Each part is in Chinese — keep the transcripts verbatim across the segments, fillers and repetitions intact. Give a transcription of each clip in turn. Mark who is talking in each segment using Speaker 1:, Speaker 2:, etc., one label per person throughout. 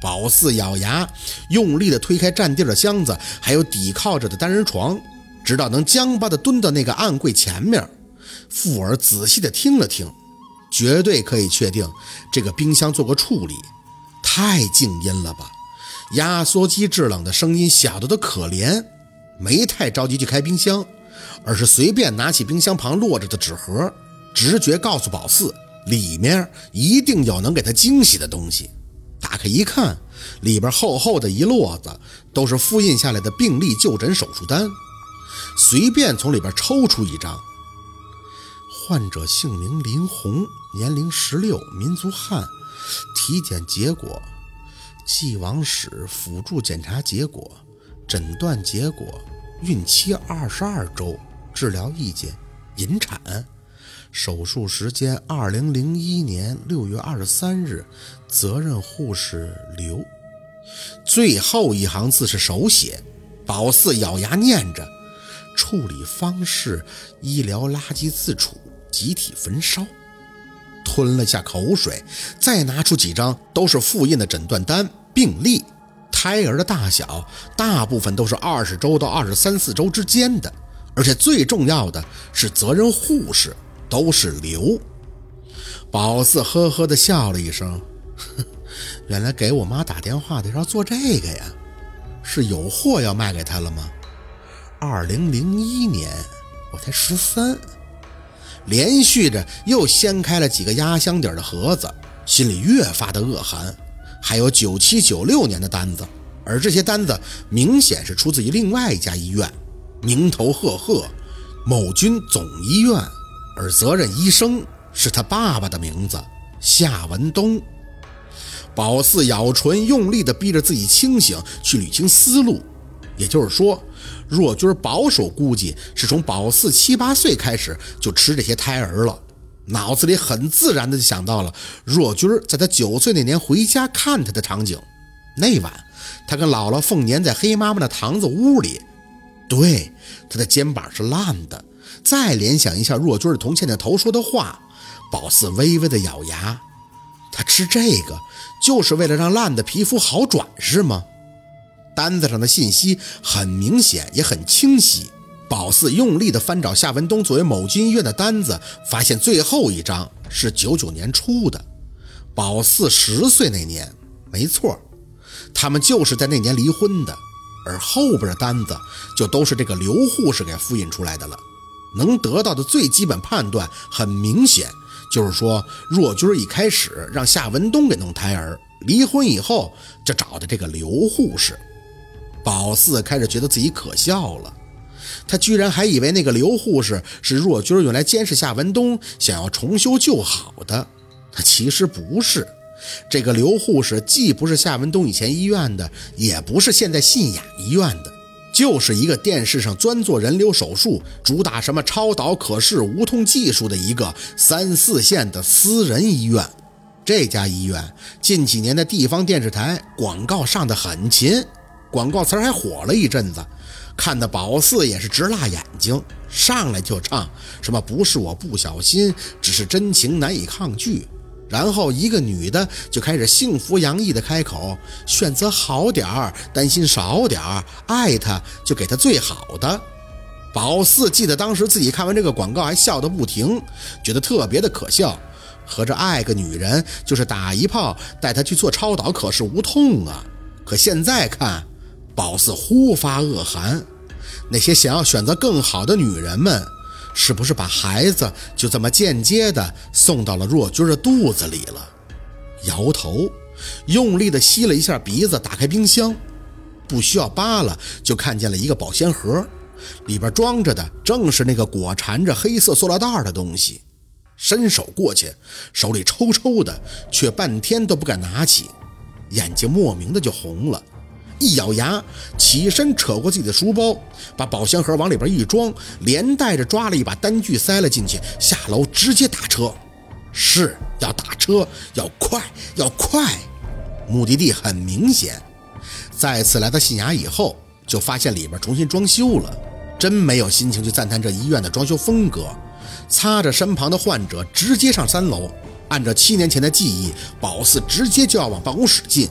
Speaker 1: 宝四咬牙，用力地推开占地的箱子，还有抵靠着的单人床，直到能僵巴地蹲到那个暗柜前面。富儿仔细地听了听，绝对可以确定这个冰箱做过处理。太静音了吧，压缩机制冷的声音小得都可怜。没太着急去开冰箱，而是随便拿起冰箱旁落着的纸盒，直觉告诉宝四里面一定有能给他惊喜的东西。打开一看，里边厚厚的一摞子都是复印下来的病历就诊手术单，随便从里边抽出一张。患者姓名林红，年龄十六，民族汉，体检结果，既往史辅助检查结果，诊断结果，孕期二十二周，治疗意见引产，手术时间二零零一年六月二十三日，责任护士刘。最后一行字是手写，宝四咬牙念着，处理方式医疗垃圾自处，集体焚烧。吞了下口水，再拿出几张都是复印的诊断单、病历，胎儿的大小大部分都是二十周到二十三四周之间的，而且最重要的是责任护士都是刘。宝四呵呵地笑了一声，原来给我妈打电话的是要做这个呀，是有货要卖给她了吗？二零零一年我才十三。连续着又掀开了几个压箱底的盒子，心里越发的恶寒。还有九七九六年的单子，而这些单子明显是出自于另外一家医院，名头赫赫，某军总医院，而责任医生是他爸爸的名字夏文东。宝四咬唇，用力地逼着自己清醒，去捋清思路。也就是说，若军保守估计是从宝四七八岁开始就吃这些胎儿了。脑子里很自然地就想到了若军在他九岁那年回家看他的场景。那晚他跟姥姥凤年在黑妈妈的堂子屋里，对，他的肩膀是烂的。再联想一下若军同倩倩头说的话，宝四微微的咬牙，他吃这个就是为了让烂的皮肤好转是吗？单子上的信息很明显也很清晰。宝四用力地翻找夏文东作为某军医院的单子，发现最后一张是九九年出的，宝四十岁那年，没错，他们就是在那年离婚的。而后边的单子就都是这个刘护士给复印出来的了。能得到的最基本判断很明显，就是说若军一开始让夏文东给弄胎儿，离婚以后就找的这个刘护士。宝四开始觉得自己可笑了，他居然还以为那个刘护士是若军用来监视夏文东，想要重修旧好的。他其实不是，这个刘护士既不是夏文东以前医院的，也不是现在信雅医院的，就是一个电视上专做人流手术，主打什么超导可视无痛技术的一个三四线的私人医院。这家医院近几年的地方电视台广告上得很勤，广告词还火了一阵子，看得宝四也是直辣眼睛，上来就唱什么不是我不小心，只是真情难以抗拒。然后一个女的就开始幸福洋溢的开口，选择好点儿，担心少点儿，爱他就给他最好的。宝四记得当时自己看完这个广告还笑得不停，觉得特别的可笑，合着爱个女人就是打一炮带她去做超导可视无痛啊。可现在看，宝四忽发恶寒，那些想要选择更好的女人们，是不是把孩子就这么间接的送到了若军的肚子里了？摇头，用力的吸了一下鼻子，打开冰箱，不需要扒拉就看见了一个保鲜盒，里边装着的正是那个裹缠着黑色塑料袋的东西。伸手过去，手里抽抽的，却半天都不敢拿起，眼睛莫名的就红了。一咬牙，起身扯过自己的书包，把保鲜盒往里边一装，连带着抓了一把单据塞了进去，下楼直接打车。是要打车，要快，要快，目的地很明显。再次来到信雅以后，就发现里边重新装修了，真没有心情去赞叹这医院的装修风格。擦着身旁的患者，直接上三楼。按照七年前的记忆，宝四直接就要往办公室进。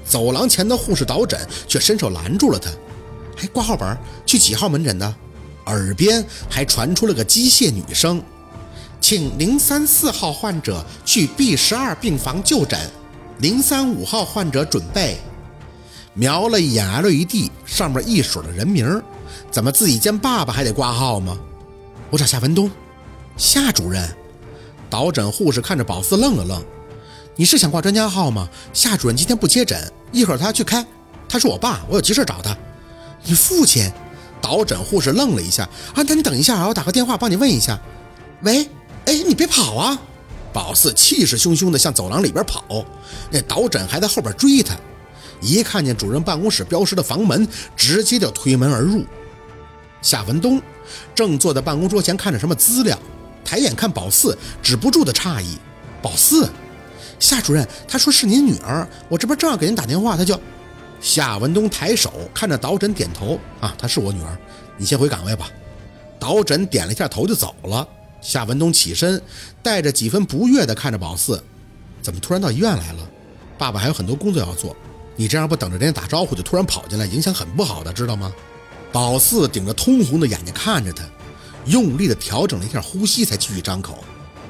Speaker 1: 走廊前的护士导诊却伸手拦住了他。哎，挂号本，去几号门诊的？耳边还传出了个机械女声：请零三四号患者去 B 十二病房就诊，零三五号患者准备。瞄了一眼 L E D 上面一水的人名，怎么自己见爸爸还得挂号吗？我找夏文东。夏主任。导诊护士看着宝四愣了愣，你是想挂专家号吗？夏主任今天不接诊，一会儿他要去开。他是我爸，我有急事找他。你父亲？导诊护士愣了一下，啊，那你等一下，我打个电话帮你问一下。喂，哎，你别跑啊！宝四气势汹汹地向走廊里边跑，那导诊还在后边追他。一看见主任办公室标识的房门，直接就推门而入。夏文东正坐在办公桌前看着什么资料，抬眼看宝四，止不住的诧异。宝四，夏主任，他说是您女儿，我这边正要给您打电话，他就……夏文东抬手看着导诊点头，啊，她是我女儿，你先回岗位吧。导诊点了一下头就走了。夏文东起身，带着几分不悦的看着宝四，怎么突然到医院来了？爸爸还有很多工作要做，你这样不等着人家打招呼就突然跑进来，影响很不好的，知道吗？宝四顶着通红的眼睛看着他，用力的调整了一下呼吸，才继续张口。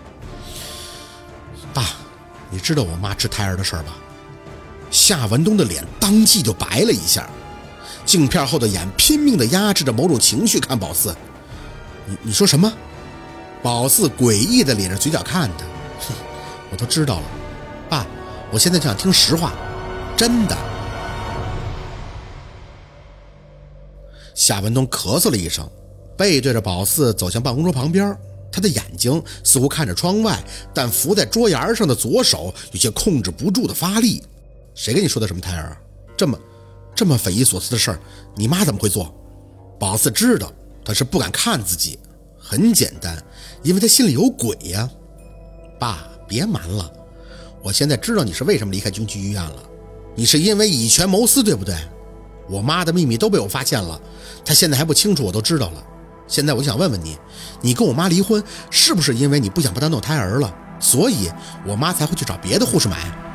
Speaker 1: 爸，你知道我妈吃胎儿的事儿吧？夏文东的脸当即就白了一下，镜片后的眼拼命的压制着某种情绪看宝四。你你说什么？宝四诡异的咧着嘴角看他，哼，我都知道了。爸，我现在就想听实话，真的。夏文东咳嗽了一声，背对着宝四走向办公桌旁边，他的眼睛似乎看着窗外，但扶在桌沿上的左手有些控制不住的发力。谁跟你说的什么胎儿？这么这么匪夷所思的事儿，你妈怎么会做？宝四知道他是不敢看自己，很简单，因为他心里有鬼呀。爸，别瞒了，我现在知道你是为什么离开军区医院了，你是因为以权谋私，对不对？我妈的秘密都被我发现了，她现在还不清楚，我都知道了。现在我想问问你，你跟我妈离婚是不是因为你不想帮她弄胎儿了，所以我妈才会去找别的护士买？